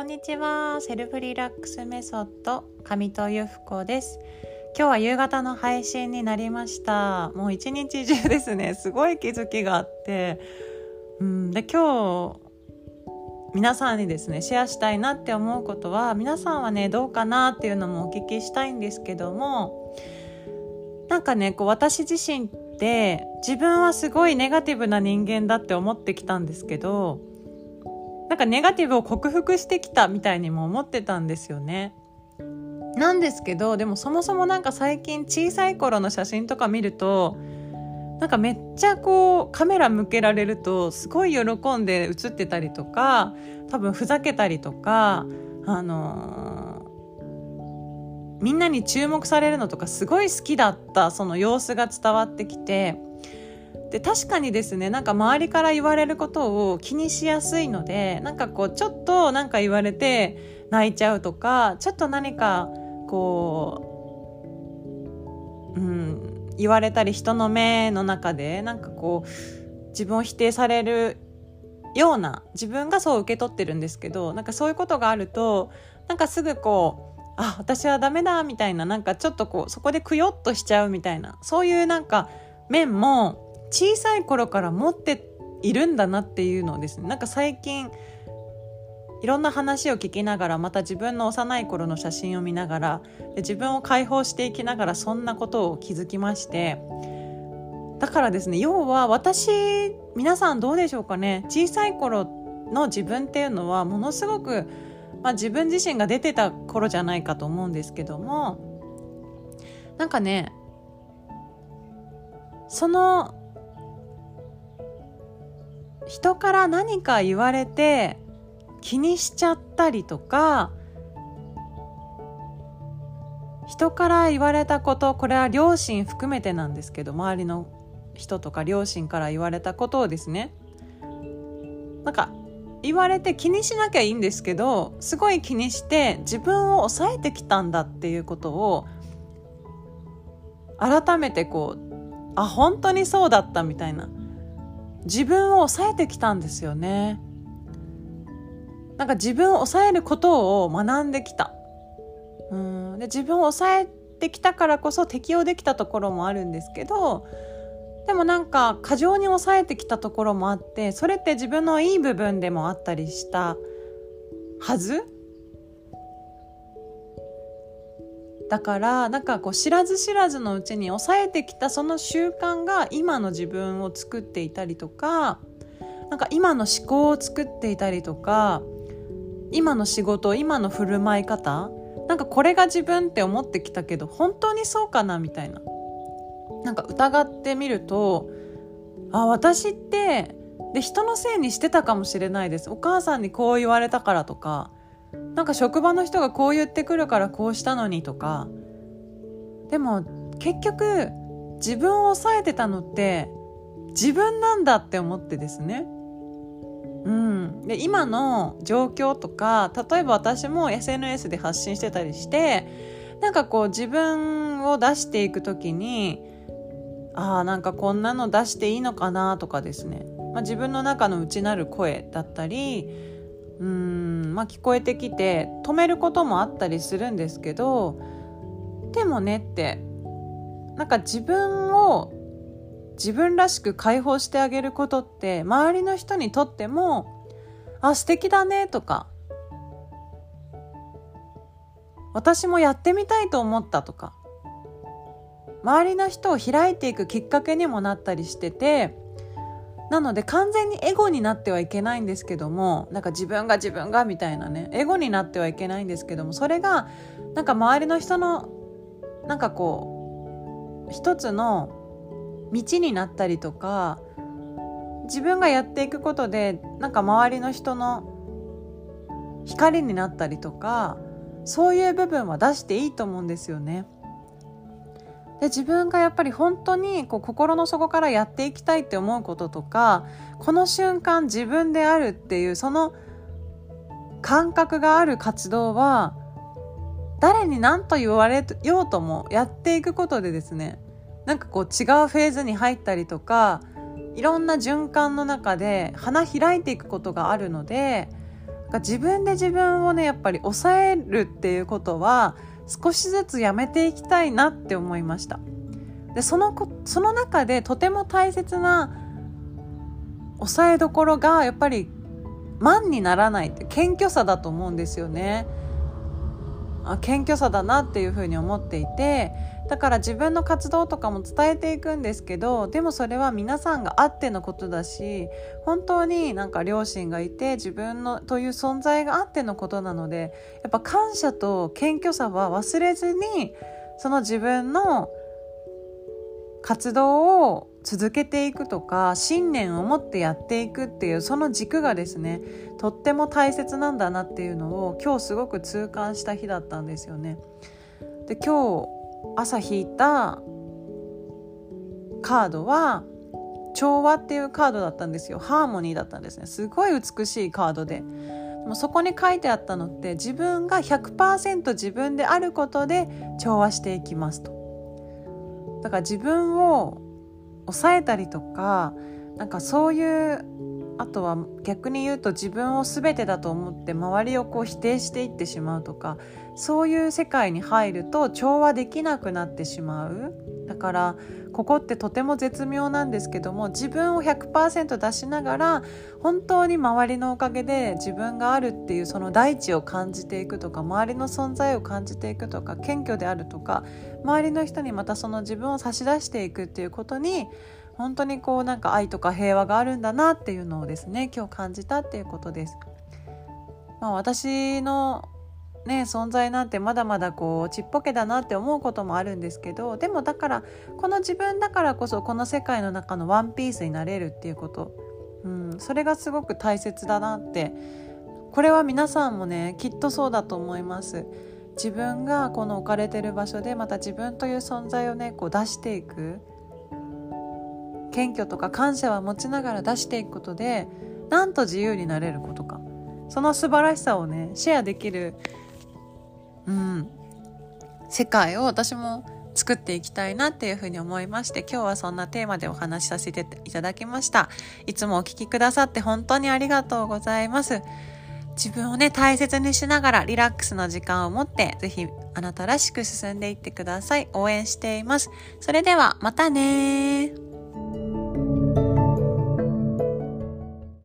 こんにちは。セルフリラックスメソッド上戸由布子です。今日は夕方の配信になりました。もう一日中ですね、すごい気づきがあって、で今日皆さんにですねシェアしたいなって思うことは、皆さんはねどうかなっていうのもお聞きしたいんですけども、なんかね私自身って自分はすごいネガティブな人間だって思ってきたんですけど、なんかネガティブを克服してきたみたいにも思ってたんですよね。なんですけど、でもそもそもなんか最近小さい頃の写真とか見ると、なんかめっちゃカメラ向けられるとすごい喜んで写ってたりとか、多分ふざけたりとか、みんなに注目されるのとかすごい好きだった、その様子が伝わってきて、で確かにですね、なんか周りから言われることを気にしやすいので、なんかちょっとなんか言われて泣いちゃうとか、ちょっと何か言われたり、人の目の中でなんか自分を否定されるような、自分がそう受け取ってるんですけど、なんかそういうことがあると、なんかすぐ私はダメだみたいな、なんかちょっとそこでくよっとしちゃうみたいな、そういうなんか面も小さい頃から持っているんだなっていうのをですね、なんか最近いろんな話を聞きながら、また自分の幼い頃の写真を見ながら、で自分を解放していきながら、そんなことを気づきまして、だからですね、要は皆さんどうでしょうかね。小さい頃の自分っていうのはものすごく、自分自身が出てた頃じゃないかと思うんですけども、なんかね、その人から何か言われて気にしちゃったりとか、人から言われたこと、これは両親含めてなんですけど、周りの人とか両親から言われたことをですね、なんか言われて気にしなきゃいいんですけど、すごい気にして自分を抑えてきたんだっていうことを改めて本当にそうだったみたいな、自分を抑えてきたんですよね。なんか自分を抑えることを学んできた。で自分を抑えてきたからこそ適応できたところもあるんですけど、でもなんか過剰に抑えてきたところもあって、それって自分のいい部分でもあったりしたはずだから、なんか知らず知らずのうちに抑えてきたその習慣が今の自分を作っていたりとか、なんか今の思考を作っていたりとか、今の仕事、今の振る舞い方、なんかこれが自分って思ってきたけど、本当にそうかなみたいな、なんか疑ってみると、私って人のせいにしてたかもしれないです。お母さんにこう言われたからとか、なんか職場の人がこう言ってくるからこうしたのにとか、でも結局自分を抑えてたのって自分なんだって思ってですね。で今の状況とか、例えば私も SNS で発信してたりして、なんか自分を出していくときに、なんかこんなの出していいのかなとかですね、自分の中の内なる声だったり、聞こえてきて止めることもあったりするんですけど、でもねって、なんか自分を自分らしく解放してあげることって、周りの人にとっても素敵だねとか、私もやってみたいと思ったとか、周りの人を開いていくきっかけにもなったりしてて、なので完全にエゴになってはいけないんですけども、なんか自分がみたいなね、エゴになってはいけないんですけども、それがなんか周りの人のなんか一つの道になったりとか、自分がやっていくことでなんか周りの人の光になったりとか、そういう部分は出していいと思うんですよね。で自分がやっぱり本当に心の底からやっていきたいって思うこととか、この瞬間自分であるっていうその感覚がある活動は、誰に何と言われようともやっていくことでですね、なんか違うフェーズに入ったりとか、いろんな循環の中で花開いていくことがあるので、 自分で自分をねやっぱり抑えるっていうことは少しずつやめていきたいなって思いました。でその中でとても大切な抑えどころがやっぱり慢にならないって謙虚さだと思うんですよね。謙虚さだなっていうふうに思っていて、だから自分の活動とかも伝えていくんですけど、でもそれは皆さんがあってのことだし、本当になんか両親がいて自分のという存在があってのことなので、やっぱ感謝と謙虚さは忘れずに、その自分の活動を続けていくとか信念を持ってやっていくっていうその軸がですね、とっても大切なんだなっていうのを今日すごく痛感した日だったんですよね。で今日朝引いたカードは調和っていうカードだったんですよ。ハーモニーだったんですね。すごい美しいカードで、でもそこに書いてあったのって自分が 100% 自分であることで調和していきますと。だから自分を抑えたりとか、なんかそういう、あとは逆に言うと自分を全てだと思って周りをこう否定していってしまうとか、そういう世界に入ると調和できなくなってしまう。だからここってとても絶妙なんですけども、自分を 100% 出しながら本当に周りのおかげで自分があるっていうその大地を感じていくとか、周りの存在を感じていくとか、謙虚であるとか、周りの人にまたその自分を差し出していくっていうことに本当にこうなんか愛とか平和があるんだなっていうのをですね、今日感じたっていうことです。私のね、存在なんてまだまだこうちっぽけだなって思うこともあるんですけど、でもだからこの自分だからこそこの世界の中のワンピースになれるっていうこと、それがすごく大切だなって。これは皆さんもねきっとそうだと思います。自分がこの置かれてる場所でまた自分という存在をねこう出していく、謙虚とか感謝は持ちながら出していくことでなんと自由になれることか、その素晴らしさをねシェアできる世界を私も作っていきたいなっていうふうに思いまして、今日はそんなテーマでお話しさせていただきました。いつもお聞きくださって本当にありがとうございます。自分をね大切にしながらリラックスの時間を持ってぜひあなたらしく進んでいってください。応援しています。それではまたね。